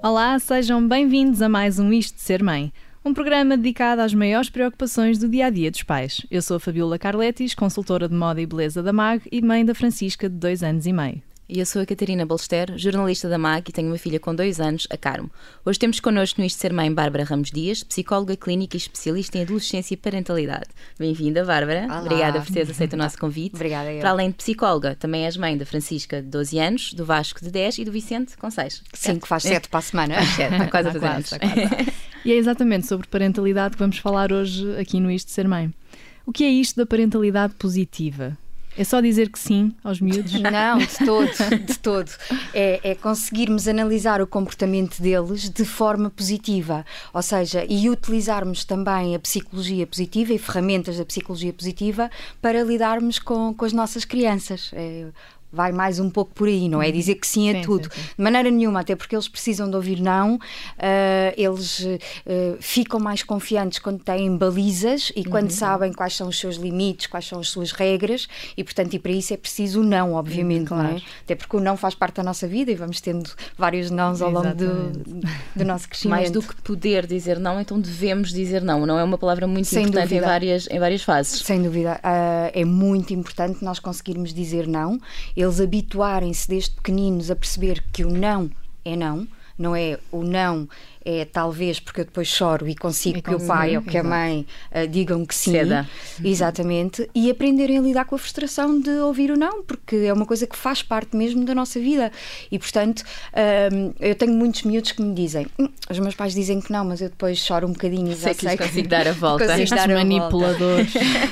Olá, sejam bem-vindos a mais um Isto de Ser Mãe, um programa dedicado às maiores preocupações do dia-a-dia dos pais. Eu sou a Fabiola Carletis, consultora de moda e beleza da MAG e mãe da Francisca, de 2 anos e meio. E eu sou a Catarina Ballester, jornalista da MAG e tenho uma filha com 2 anos, a Carmo. Hoje temos connosco no Isto de Ser Mãe Bárbara Ramos Dias, psicóloga clínica e especialista em adolescência e parentalidade. Bem-vinda, Bárbara. Olá. Obrigada por teres aceito o nosso convite. Obrigada, eu. Para além de psicóloga, também és mãe da Francisca, de 12 anos, do Vasco, de 10 e do Vicente, com 6. Sim, que faz 7 para a semana. Está quase a fazer anos. E é exatamente sobre parentalidade que vamos falar hoje aqui no Isto de Ser Mãe. O que é isto da parentalidade positiva? É só dizer que sim aos miúdos? Não, de todo. É conseguirmos analisar o comportamento deles de forma positiva, ou seja, e utilizarmos também a psicologia positiva e ferramentas da psicologia positiva para lidarmos com as nossas crianças. Vai mais um pouco por aí, não é dizer que sim a tudo. Sim. De maneira nenhuma, até porque eles precisam de ouvir não, eles ficam mais confiantes quando têm balizas e quando sabem quais são os seus limites, quais são as suas regras e, portanto, e para isso é preciso o não, obviamente, claro. Não é? Até porque o não faz parte da nossa vida e vamos tendo vários nãos ao longo do nosso crescimento. Mais do que poder dizer não, então devemos dizer não. Não é uma palavra muito Sem importante dúvida. em várias fases. Sem dúvida. É muito importante nós conseguirmos dizer não. Eles habituarem-se desde pequeninos a perceber que o não é não, não é o não é talvez porque eu depois choro e consigo que o pai ou que a mãe digam que sim. Ceda. Exatamente. E aprenderem a lidar com a frustração de ouvir o não, porque é uma coisa que faz parte mesmo da nossa vida. E, portanto, eu tenho muitos miúdos que me dizem os meus pais dizem que não, mas eu depois choro um bocadinho e sei que lhes consigo dar a volta. Estes manipuladores.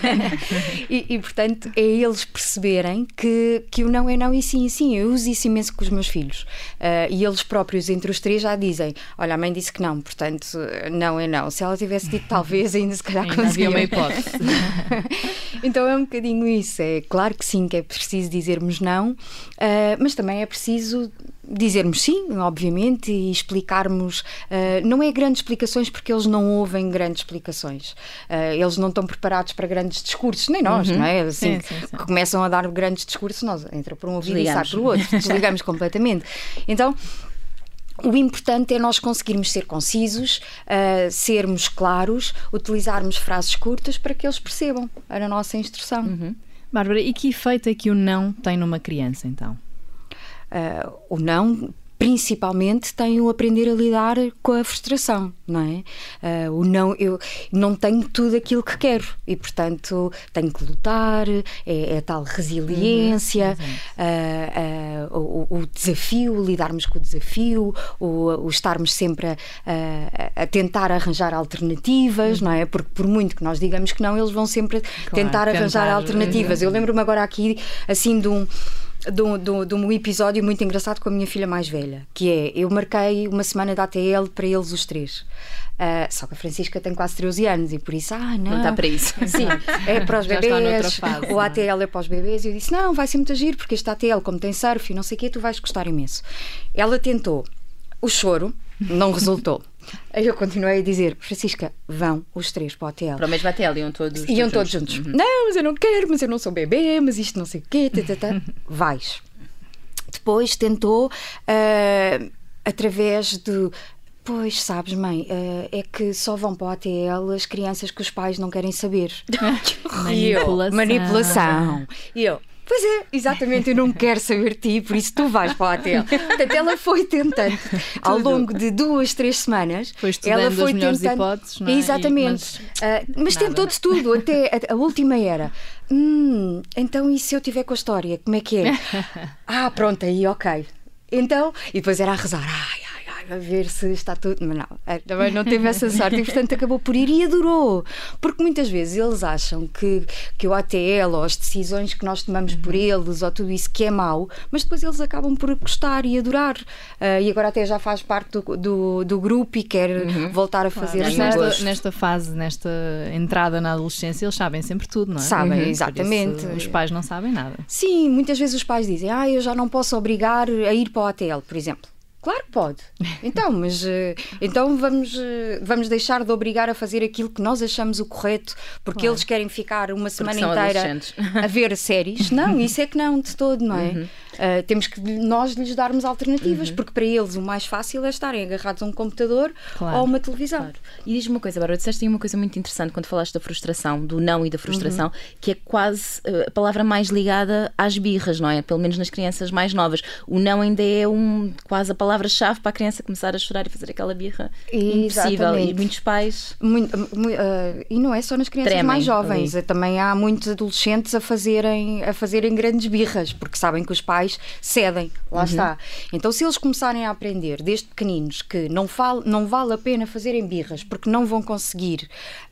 e, portanto, é eles perceberem que o não é não e sim, sim. Eu uso isso imenso com os meus filhos. E eles próprios, entre os 3, já dizem, olha, a mãe disse que não, portanto, não é não. Se ela tivesse dito talvez, ainda se calhar conseguia. Havia uma hipótese. Então é um bocadinho isso. É claro que sim, que é preciso dizermos não, mas também é preciso dizermos sim, obviamente, e explicarmos. Não é grandes explicações, porque eles não ouvem grandes explicações. Eles não estão preparados para grandes discursos, nem nós, não é? Assim, sim. Que começam a dar grandes discursos, nós entra por um ouvido e sai pelo outro, desligamos completamente. Então, o importante é nós conseguirmos ser concisos, sermos claros, utilizarmos frases curtas para que eles percebam a nossa instrução. Bárbara, e que efeito é que o não tem numa criança, então? O não, principalmente, tem o aprender a lidar com a frustração, não é? O não, eu não tenho tudo aquilo que quero e, portanto, tenho que lutar, é a tal resiliência, o desafio, lidarmos com o desafio, o estarmos sempre a tentar arranjar alternativas, não é? Porque por muito que nós digamos que não, eles vão sempre tentar arranjar alternativas. Eu lembro-me agora aqui, assim, de um episódio muito engraçado com a minha filha mais velha, que é, eu marquei uma semana de ATL para eles os 3. Só que a Francisca tem quase 13 anos e por isso, não está para isso. Sim, é para os bebês, fase, o ATL é para os bebês. E eu disse, não, vai ser muito giro, porque este ATL, como tem surf e não sei o quê, tu vais gostar imenso. Ela tentou o choro, não resultou. Aí eu continuei a dizer, Francisca, vão os 3 para o ATL. Para o mesmo ATL, iam todos juntos. Não, mas eu não quero, mas eu não sou bebê, mas isto não sei o quê. Vais. Depois tentou, através de... Pois, sabes, mãe, é que só vão para o ATL as crianças que os pais não querem saber. Manipulação. E eu... Pois é, exatamente, eu não quero saber de ti, por isso tu vais para o ATL. Portanto, ela foi tentando, ao longo de 2, 3 semanas, ela foi as melhores tentando, hipóteses, não é? Exatamente, mas tentou de tudo, até a última era, então e se eu tiver com a história, como é que é? Pronto, aí ok. Então, e depois era a rezar, a ver se está tudo... Mas não, também não teve essa sorte e, portanto, acabou por ir e adorou. Porque muitas vezes eles acham que o ATL ou as decisões que nós tomamos por eles ou tudo isso que é mau, mas depois eles acabam por gostar e adorar. E agora até já faz parte do grupo e quer voltar a fazer. Mas nesta fase, nesta entrada na adolescência, eles sabem sempre tudo, não é? Sabem, exatamente. Os pais não sabem nada. Sim, muitas vezes os pais dizem, eu já não posso obrigar a ir para o ATL, por exemplo. Claro que pode. Então, mas então vamos deixar de obrigar a fazer aquilo que nós achamos o correto, porque eles querem ficar uma semana inteira a ver séries. Não, isso é que não, de todo, não é? Temos que nós lhes darmos alternativas, porque para eles o mais fácil é estarem agarrados a um computador ou a uma televisão. Claro. E diz-me uma coisa, Bárbara, disseste uma coisa muito interessante quando falaste da frustração, do não e da frustração, que é quase a palavra mais ligada às birras, não é? Pelo menos nas crianças mais novas. O não ainda é quase a palavra-chave para a criança começar a chorar e fazer aquela birra impossível. E muitos pais... E não é só nas crianças mais jovens, também há muitos adolescentes a fazerem grandes birras, porque sabem que os pais cedem, lá está. Então, se eles começarem a aprender desde pequeninos que não vale a pena fazerem birras, porque não vão conseguir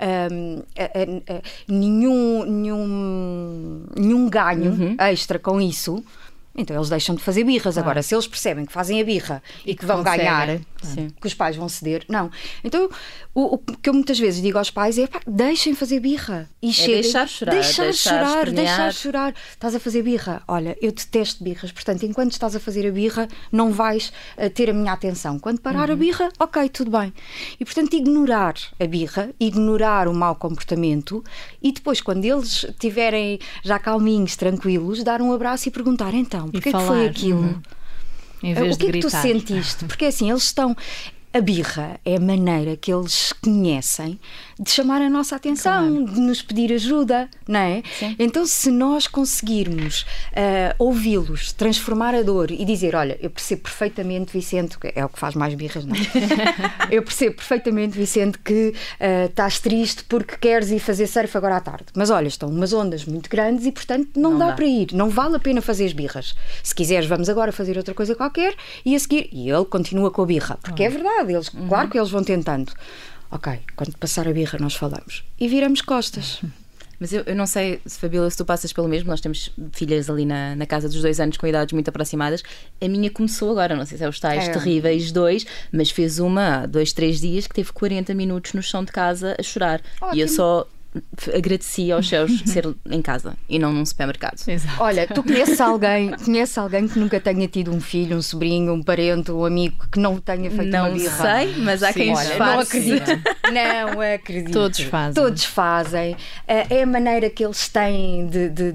nenhum ganho extra com isso, então eles deixam de fazer birras. Agora, se eles percebem que fazem a birra e que vão ganhar, que os pais vão ceder, não. Então, o que eu muitas vezes digo aos pais é: deixem fazer birra. E deixar chorar. Deixar chorar. Estás a fazer birra? Olha, eu detesto birras, portanto, enquanto estás a fazer a birra, não vais ter a minha atenção. Quando parar a birra, ok, tudo bem. E, portanto, ignorar a birra, ignorar o mau comportamento e depois, quando eles estiverem já calminhos, tranquilos, dar um abraço e perguntar: então, porque é que foi aquilo? Em vez o que de é que tu sentiste? Porque assim, eles estão... A birra é a maneira que eles conhecem de chamar a nossa atenção, de nos pedir ajuda, não é? Sim. Então, se nós conseguirmos ouvi-los, transformar a dor e dizer: olha, eu percebo perfeitamente, Vicente, que é o que faz mais birras, não é? Eu percebo perfeitamente, Vicente, que estás triste porque queres ir fazer surf agora à tarde. Mas olha, estão umas ondas muito grandes e, portanto, não dá para ir. Não vale a pena fazer as birras. Se quiseres, vamos agora fazer outra coisa qualquer e a seguir... E ele continua com a birra, porque é verdade. Claro que eles vão tentando. Ok, quando passar a birra nós falamos. E viramos costas. Mas eu não sei, Fabíola, se tu passas pelo mesmo. Nós temos filhas ali na casa dos 2 anos com idades muito aproximadas. A minha começou agora, não sei se é os tais terríveis 2, mas fez uma há 2, 3 dias que teve 40 minutos no chão de casa a chorar. Ótimo. E eu só agradeci aos céus de ser em casa e não num supermercado. Exato. Olha, tu conheces alguém que nunca tenha tido um filho, um sobrinho, um parente, um amigo que não tenha feito uma birra? Não sei, mas há quem faça. Não acredito. Não acredito. Todos fazem. É a maneira que eles têm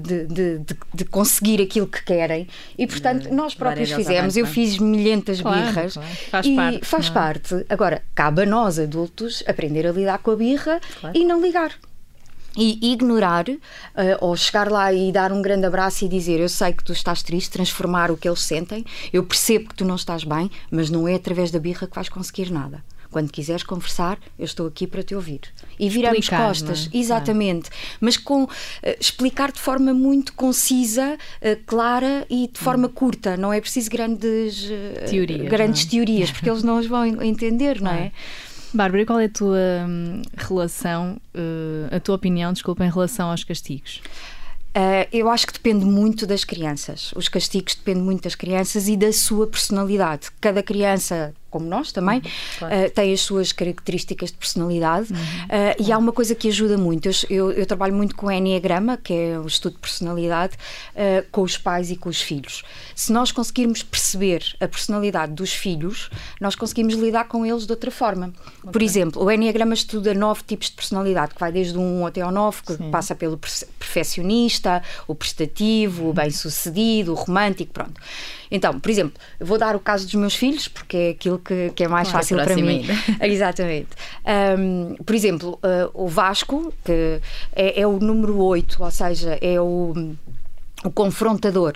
de conseguir aquilo que querem e, portanto, nós próprios fizemos. Eu fiz milhentas birras. Claro. Faz parte. Agora, cabe a nós, adultos, aprender a lidar com a birra e não ligar. E ignorar, ou chegar lá e dar um grande abraço e dizer: eu sei que tu estás triste, transformar o que eles sentem, eu percebo que tu não estás bem, mas não é através da birra que vais conseguir nada. Quando quiseres conversar, eu estou aqui para te ouvir. E viramos costas, exatamente. Mas explicar de forma muito concisa, clara e de forma curta. Não é preciso grandes teorias, porque eles não as vão entender, não é? Bárbara, qual é a tua relação, a tua opinião, desculpa, em relação aos castigos? Eu acho que depende muito das crianças. Os castigos dependem muito das crianças e da sua personalidade. Cada criança, como nós também, tem as suas características de personalidade e há uma coisa que ajuda muito. Eu trabalho muito com o Enneagrama, que é o estudo de personalidade, com os pais e com os filhos. Se nós conseguirmos perceber a personalidade dos filhos, nós conseguimos lidar com eles de outra forma. Por exemplo, o Enneagrama estuda 9 tipos de personalidade, que vai desde o 1 até ao 9, que passa pelo perfeccionista, o prestativo, o bem-sucedido, o romântico, pronto. Então, por exemplo, eu vou dar o caso dos meus filhos, porque é aquilo que é mais fácil para mim. Exatamente. Por exemplo, o Vasco, que é o número 8, ou seja, é o confrontador,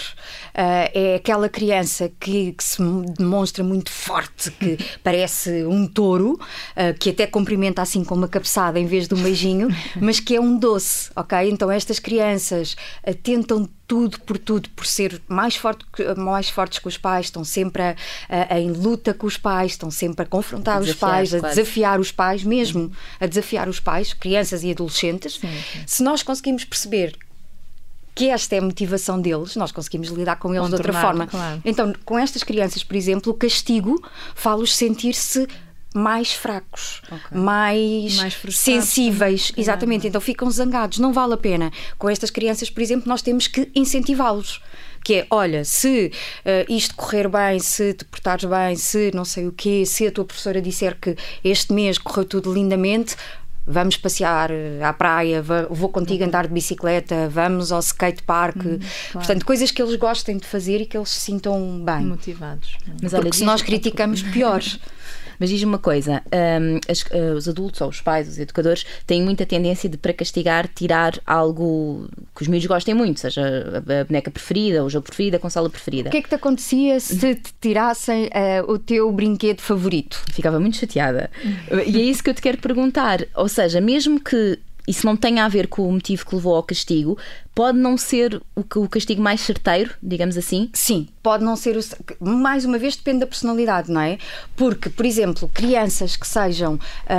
é aquela criança que se demonstra muito forte, que parece um touro, que até cumprimenta assim com uma cabeçada em vez de um beijinho, mas que é um doce, ok? Então estas crianças tentam tudo por ser mais fortes que os pais, estão sempre em luta com os pais, estão sempre a confrontar os pais, a desafiar os pais, mesmo a desafiar os pais, crianças e adolescentes. Sim. Se nós conseguimos perceber que esta é a motivação deles, nós conseguimos lidar com eles de outra forma. Claro. Então, com estas crianças, por exemplo, o castigo faz-os sentir-se mais fracos, mais sensíveis. Também. Exatamente, então ficam zangados, não vale a pena. Com estas crianças, por exemplo, nós temos que incentivá-los. Que é, olha, se isto correr bem, se te portares bem, se não sei o quê, se a tua professora disser que este mês correu tudo lindamente, Vamos passear à praia, vou contigo andar de bicicleta, vamos ao skate park. Claro. Portanto, coisas que eles gostem de fazer e que eles se sintam bem. Motivados. Mas porque se nós criticamos, pior. Mas diz-me uma coisa, os adultos ou os pais, os educadores, têm muita tendência de, para castigar, tirar algo que os miúdos gostem muito, seja a boneca preferida, o jogo preferido, a consola preferida. O que é que te acontecia se te tirassem o teu brinquedo favorito? Ficava muito chateada. E é isso que eu te quero perguntar. Ou seja, mesmo que isso não tenha a ver com o motivo que levou ao castigo, pode não ser o castigo mais certeiro, digamos assim? Sim, pode não ser. Mais uma vez, depende da personalidade, não é? Porque, por exemplo, crianças que sejam.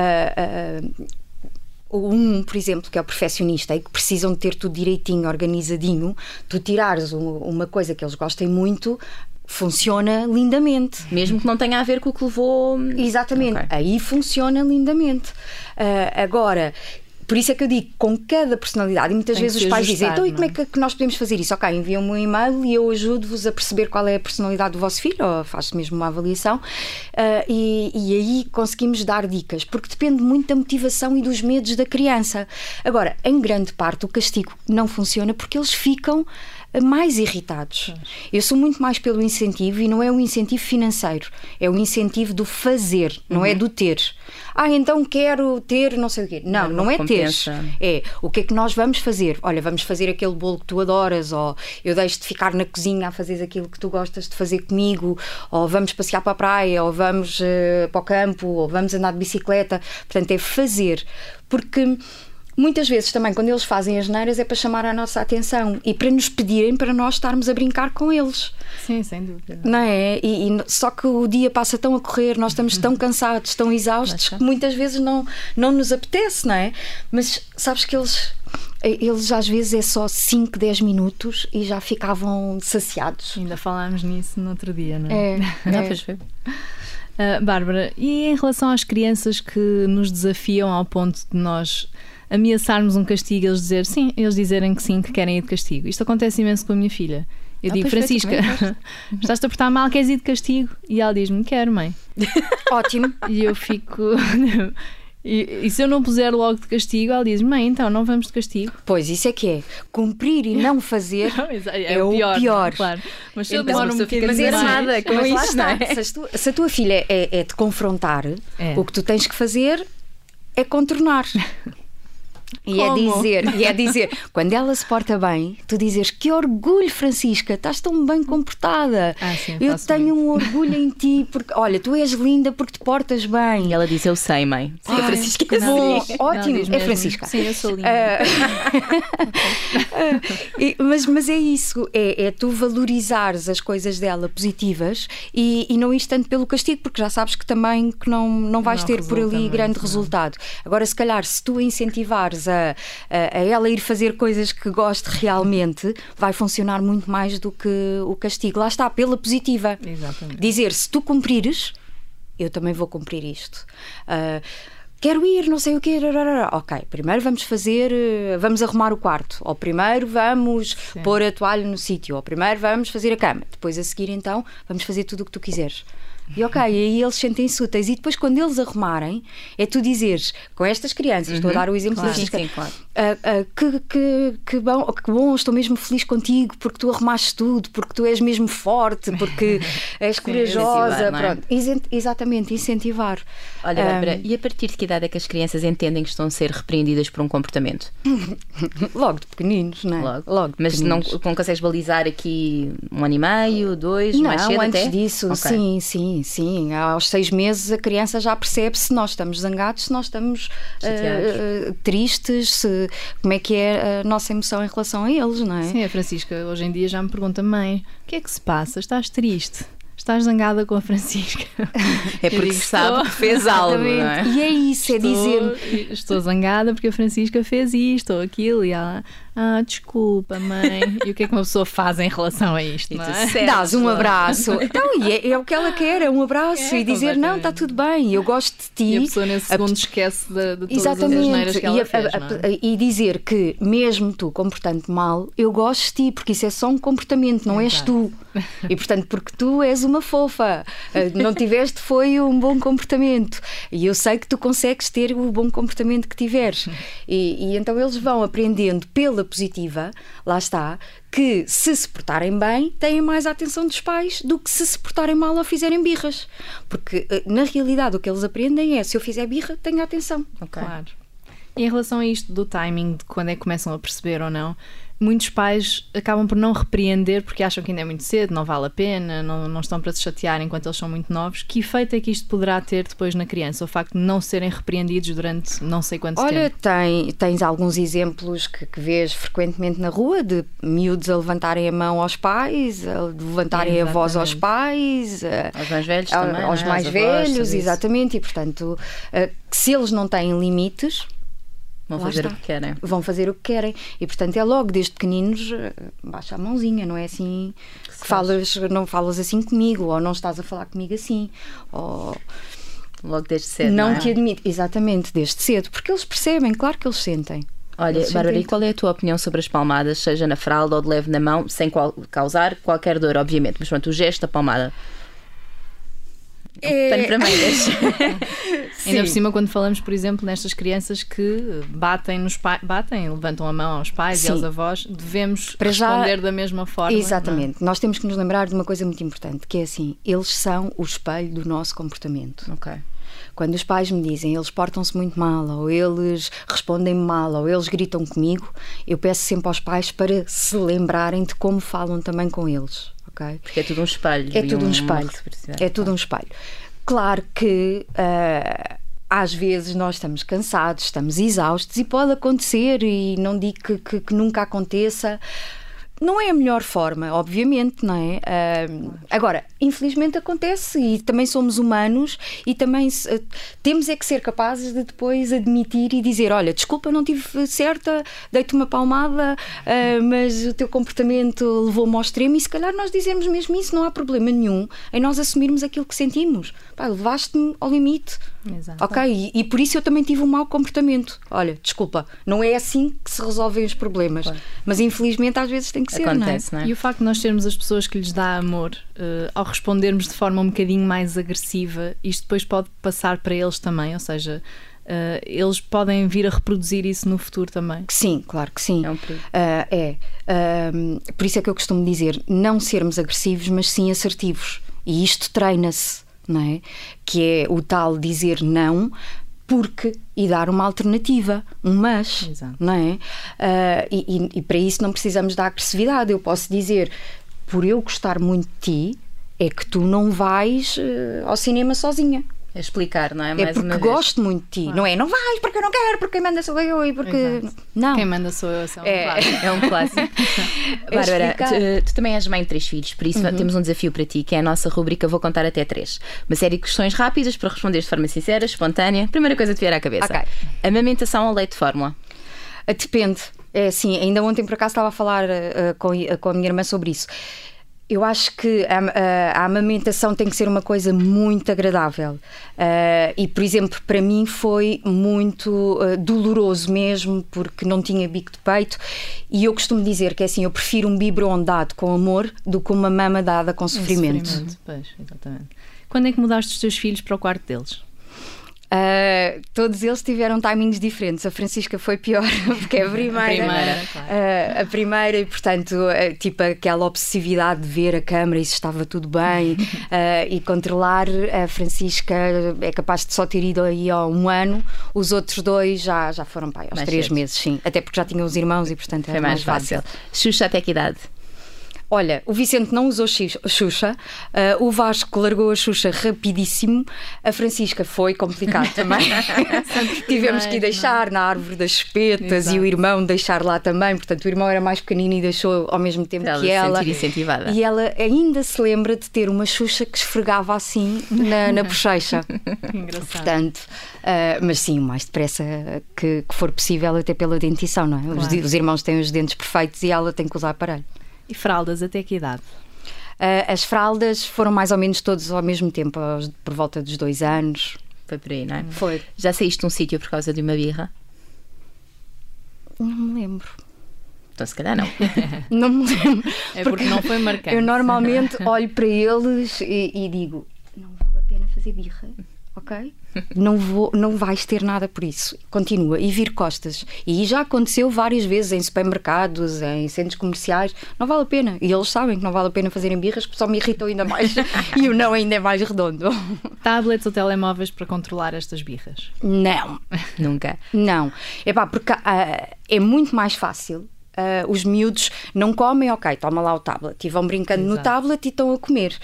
Por exemplo, que é o perfeccionista e que precisam de ter tudo direitinho, organizadinho, tu tirares uma coisa que eles gostem muito, funciona lindamente. Mesmo que não tenha a ver com o que levou... Exatamente, okay. Aí funciona lindamente. Agora... Por isso é que eu digo, com cada personalidade, e muitas vezes os pais dizem, então e como é que nós podemos fazer isso? Ok, enviam-me um e-mail e eu ajudo-vos a perceber qual é a personalidade do vosso filho, ou faço mesmo uma avaliação, e aí conseguimos dar dicas, porque depende muito da motivação e dos medos da criança. Agora, em grande parte, o castigo não funciona porque eles ficam mais irritados. Eu sou muito mais pelo incentivo, e não é o incentivo financeiro, é o incentivo do fazer, não é do ter. Então quero ter não sei o quê. Não é ter. É o que é que nós vamos fazer. Olha, vamos fazer aquele bolo que tu adoras, ou eu deixo-te ficar na cozinha a fazer aquilo que tu gostas de fazer comigo, ou vamos passear para a praia, ou vamos para o campo, ou vamos andar de bicicleta. Portanto, é fazer. Porque muitas vezes também, quando eles fazem as neiras, é para chamar a nossa atenção e para nos pedirem para nós estarmos a brincar com eles. Sim, sem dúvida. Não é? Só que o dia passa tão a correr, nós estamos tão cansados, tão exaustos, que muitas vezes não nos apetece, não é? Mas sabes que eles às vezes é só 5, 10 minutos e já ficavam saciados. Ainda falámos nisso no outro dia, não é? Pois foi. Bárbara, e em relação às crianças que nos desafiam ao ponto de nós ameaçarmos um castigo, eles dizerem que sim, que querem ir de castigo? Isto acontece imenso com a minha filha. Eu digo, Francisca, estás-te a portar mal, queres ir de castigo? E ela diz-me, quero, mãe. Ótimo. E eu fico... E se eu não puser logo de castigo, ela diz, mãe, então não vamos de castigo. Pois, isso é que é. Cumprir e não fazer é o pior. Claro. Mas se eu então, demoro um bocadinho nada com isso, não é? Se a tua filha é te confrontar, o que tu tens que fazer é contornar. E é dizer, quando ela se porta bem, tu dizes, que orgulho, Francisca, estás tão bem comportada. Sim, eu tenho um orgulho em ti, porque olha, tu és linda porque te portas bem. E ela diz, eu sei, mãe. Sim, a Francisca que bom, ótimo, é Francisca. Sim, eu sou linda. Mas é isso, é tu valorizares as coisas dela positivas e não ir tanto pelo castigo, porque já sabes que também que não vais ter por ali grande resultado. Agora, se calhar, se tu a incentivares a ela ir fazer coisas que goste realmente, vai funcionar muito mais do que o castigo. Lá está, pela positiva. Exatamente. Dizer, se tu cumprires, eu também vou cumprir isto. Quero ir, não sei o quê. Ok, primeiro vamos arrumar o quarto, ou primeiro vamos pôr a toalha no sítio, ou primeiro vamos fazer a cama, depois a seguir então vamos fazer tudo o que tu quiseres. E ok, aí eles sentem-se úteis. E depois, quando eles arrumarem, é tu dizeres, com estas crianças, estou a dar o exemplo da Francisca, que bom, estou mesmo feliz contigo, porque tu arrumaste tudo, porque tu és mesmo forte, porque és corajosa. Pronto. Exatamente, incentivar. Olha, Bárbara, e a partir de que idade é que as crianças entendem que estão a ser repreendidas por um comportamento? Logo de pequeninos, não é? Logo. Mas não consegues balizar aqui 1 ano e meio, 2, mais cedo até? Não, antes disso, okay. Sim. Aos 6 meses a criança já percebe se nós estamos zangados, se nós estamos tristes, como é que é a nossa emoção em relação a eles, não é? Sim, a Francisca hoje em dia já me pergunta, mãe, o que é que se passa? Estás triste? Estás zangada com a Francisca? É porque sabe que fez algo, não é? E é isso, estou zangada porque a Francisca fez isto ou aquilo, e ela, desculpa, mãe. E o que é que uma pessoa faz em relação a isto, não é? Dás um abraço. Então, e é o que ela quer, é um abraço e dizer, não, está tudo bem, eu gosto de ti. E a pessoa nesse segundo esquece de todas as asneiras que ela fez, não é? E dizer que, mesmo tu comportando-te mal, eu gosto de ti, porque isso é só um comportamento, não és tu. E portanto, porque tu és uma fofa, não tiveste foi um bom comportamento e eu sei que tu consegues ter o bom comportamento que tiveres. E então eles vão aprendendo pela positiva, lá está, que se portarem bem têm mais a atenção dos pais do que se portarem mal ou fizerem birras, porque na realidade o que eles aprendem é: se eu fizer birra, tenho a atenção. Okay. Claro. E em relação a isto do timing, de quando é que começam a perceber ou não, muitos pais acabam por não repreender porque acham que ainda é muito cedo, não vale a pena, não estão para se chatear enquanto eles são muito novos. Que efeito é que isto poderá ter depois na criança, o facto de não serem repreendidos durante não sei quanto tempo? Olha, tens alguns exemplos que vês frequentemente na rua, de miúdos a levantarem a mão aos pais, a levantarem a voz aos pais, aos mais velhos também, aos mais velhos, exatamente, e portanto, se eles não têm limites, vão fazer o que querem. Vão fazer o que querem. E, portanto, é logo desde pequeninos, baixa a mãozinha, não é assim que não falas assim comigo, ou não estás a falar comigo assim, ou... Logo desde cedo, não te admito. Exatamente, desde cedo, porque eles percebem, claro que eles sentem. Olha, Bárbara, e qual é a tua opinião sobre as palmadas, seja na fralda ou de leve na mão, sem causar qualquer dor, obviamente, mas pronto, o gesto da palmada... Pano para meias. Ainda por cima, quando falamos, por exemplo, nestas crianças que batem nos pais, levantam a mão aos pais, sim, e aos avós, devemos responder da mesma forma. Exatamente. Nós temos que nos lembrar de uma coisa muito importante, que é assim: eles são o espelho do nosso comportamento. Ok. Quando os pais me dizem eles portam-se muito mal, ou eles respondem mal, ou eles gritam comigo, eu peço sempre aos pais para se lembrarem de como falam também com eles. Okay? Porque é tudo um espelho. É tudo um espelho. É tudo um espelho. Claro que às vezes nós estamos cansados, estamos exaustos, e pode acontecer, e não digo que nunca aconteça. Não é a melhor forma, obviamente, não é? Agora, infelizmente acontece, e também somos humanos, e também temos é que ser capazes de depois admitir e dizer: olha, desculpa, não estive certa, dei-te uma palmada, mas o teu comportamento levou-me ao extremo, e se calhar nós dizermos mesmo isso, não há problema nenhum em nós assumirmos aquilo que sentimos. Pá, levaste-me ao limite. Exato. Ok, e por isso eu também tive um mau comportamento. Olha, desculpa, não é assim que se resolvem os problemas, claro, mas infelizmente às vezes tem que ser. Acontece, não é? Não é? E o facto de nós termos as pessoas que lhes dá amor, ao respondermos de forma um bocadinho mais agressiva, isto depois pode passar para eles também, ou seja, eles podem vir a reproduzir isso no futuro também. Sim, claro que sim. É um perigo. Por isso é que eu costumo dizer: não sermos agressivos, mas sim assertivos. E isto treina-se, não é? Que é o tal dizer não, porque, e dar uma alternativa, um mas. Exato. Não é? E para isso não precisamos da agressividade. Eu posso dizer: por eu gostar muito de ti, é que tu não vais ao cinema sozinha. É explicar, não é? É porque gosto muito de ti, claro. Não é? Não vais porque eu não quero, porque quem manda sou eu e porque... Exato. Não. Quem manda sou eu, é um clássico. Bárbara, tu também és mãe de 3 filhos, por isso temos um desafio para ti, que é a nossa rubrica Vou Contar Até 3. Uma série de questões rápidas para responder de forma sincera, espontânea. Primeira coisa que te vier à cabeça. Okay. Amamentação ou leite de fórmula? Depende. É assim, ainda ontem por acaso estava a falar com a minha irmã sobre isso. Eu acho que a amamentação tem que ser uma coisa muito agradável, e, por exemplo, para mim foi muito doloroso mesmo, porque não tinha bico de peito, e eu costumo dizer que é assim: eu prefiro um biberon dado com amor do que uma mama dada com sofrimento. Pois, exatamente. Quando é que mudaste os teus filhos para o quarto deles? Todos eles tiveram timings diferentes. A Francisca foi pior, porque é a primeira. Claro. A primeira, e portanto, tipo aquela obsessividade de ver a câmara e se estava tudo bem, e controlar. A Francisca é capaz de só ter ido aí há 1 ano. Os outros 2 já foram pai, aos 3 meses, sim. Até porque já tinham os irmãos e portanto foi mais fácil. Xuxa até que idade? Olha, o Vicente não usou Xuxa, o Vasco largou a Xuxa rapidíssimo, a Francisca foi complicado também. Tivemos que ir deixar na árvore das espetas. Exato. E o irmão deixar lá também, portanto o irmão era mais pequenino e deixou ao mesmo tempo que ela. Se sentir incentivada. E ela ainda se lembra de ter uma Xuxa que esfregava assim na bochecha. Engraçado. Portanto, mas sim, o mais depressa que for possível, até pela dentição, não é? Claro. Os irmãos têm os dentes perfeitos e ela tem que usar aparelho. E fraldas, até que idade? As fraldas foram mais ou menos todos ao mesmo tempo, por volta dos 2 anos. Foi por aí, não é? Foi. Já saíste de um sítio por causa de uma birra? Não me lembro. Então se calhar não. Não me lembro. É porque não foi marcante. Eu normalmente olho para eles e digo, não vale a pena fazer birra, ok? Não vais ter nada por isso. Continua e vir costas. E já aconteceu várias vezes em supermercados, em centros comerciais. Não vale a pena. E eles sabem que não vale a pena fazerem birras, porque só me irritam ainda mais. E o não ainda é mais redondo. Tablets ou telemóveis para controlar estas birras? Não. Nunca. Não. Porque é muito mais fácil. Os miúdos não comem, ok, toma lá o tablet e vão brincando no tablet e estão a comer.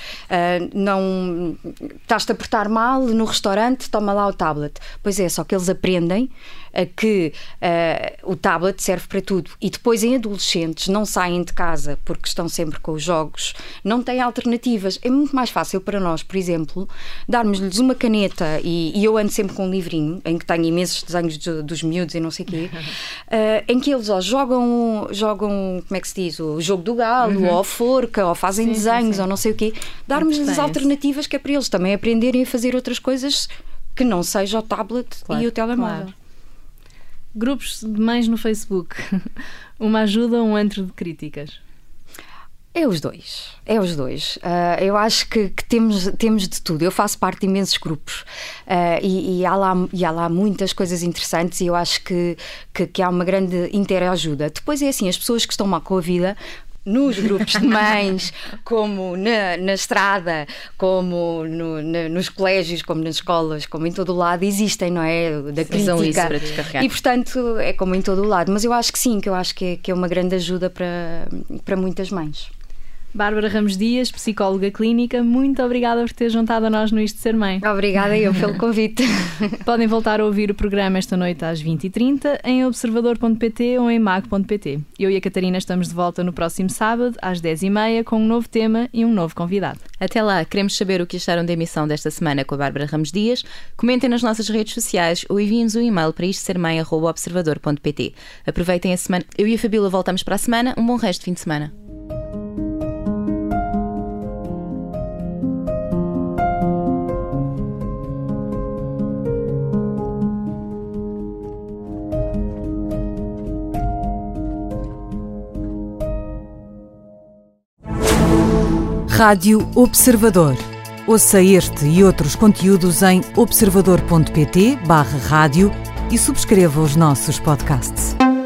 Não estás-te a portar mal no restaurante, toma lá o tablet. Pois é, só que eles aprendem que o tablet serve para tudo, e depois em adolescentes não saem de casa porque estão sempre com os jogos, não têm alternativas. É muito mais fácil para nós, por exemplo, darmos-lhes uma caneta, e eu ando sempre com um livrinho em que tenho imensos desenhos dos miúdos e não sei o quê, em que eles jogam, como é que se diz, o jogo do galo, ou a forca, ou fazem desenhos, ou não sei o quê. Darmos-lhes alternativas, que é para eles também aprenderem a fazer outras coisas que não seja o tablet e o telemóvel. Claro. Grupos de mães no Facebook. Uma ajuda ou um antro de críticas? É os dois. Eu acho que temos de tudo. Eu faço parte de imensos grupos, e há lá muitas coisas interessantes, e eu acho que há uma grande interajuda. Depois é assim, as pessoas que estão mal com a vida, nos grupos de mães, como na estrada, como nos colégios, como nas escolas, como em todo o lado, existem, não é? Da crítica. Usam isso para descarregar. E, portanto, é como em todo o lado. Mas eu acho que sim, que é uma grande ajuda para muitas mães. Bárbara Ramos Dias, psicóloga clínica, muito obrigada por ter juntado a nós no Isto de Ser Mãe. Obrigada eu pelo convite. Podem voltar a ouvir o programa esta noite às 20h30 em observador.pt ou em mag.pt. Eu e a Catarina estamos de volta no próximo sábado às 10h30 com um novo tema e um novo convidado. Até lá, queremos saber o que acharam da emissão desta semana com a Bárbara Ramos Dias. Comentem nas nossas redes sociais ou enviem-nos um e-mail para istosermãe@observador.pt. Aproveitem a semana. Eu e a Fabíola voltamos para a semana. Um bom resto de fim de semana. Rádio Observador. Ouça este e outros conteúdos em observador.pt/rádio e subscreva os nossos podcasts.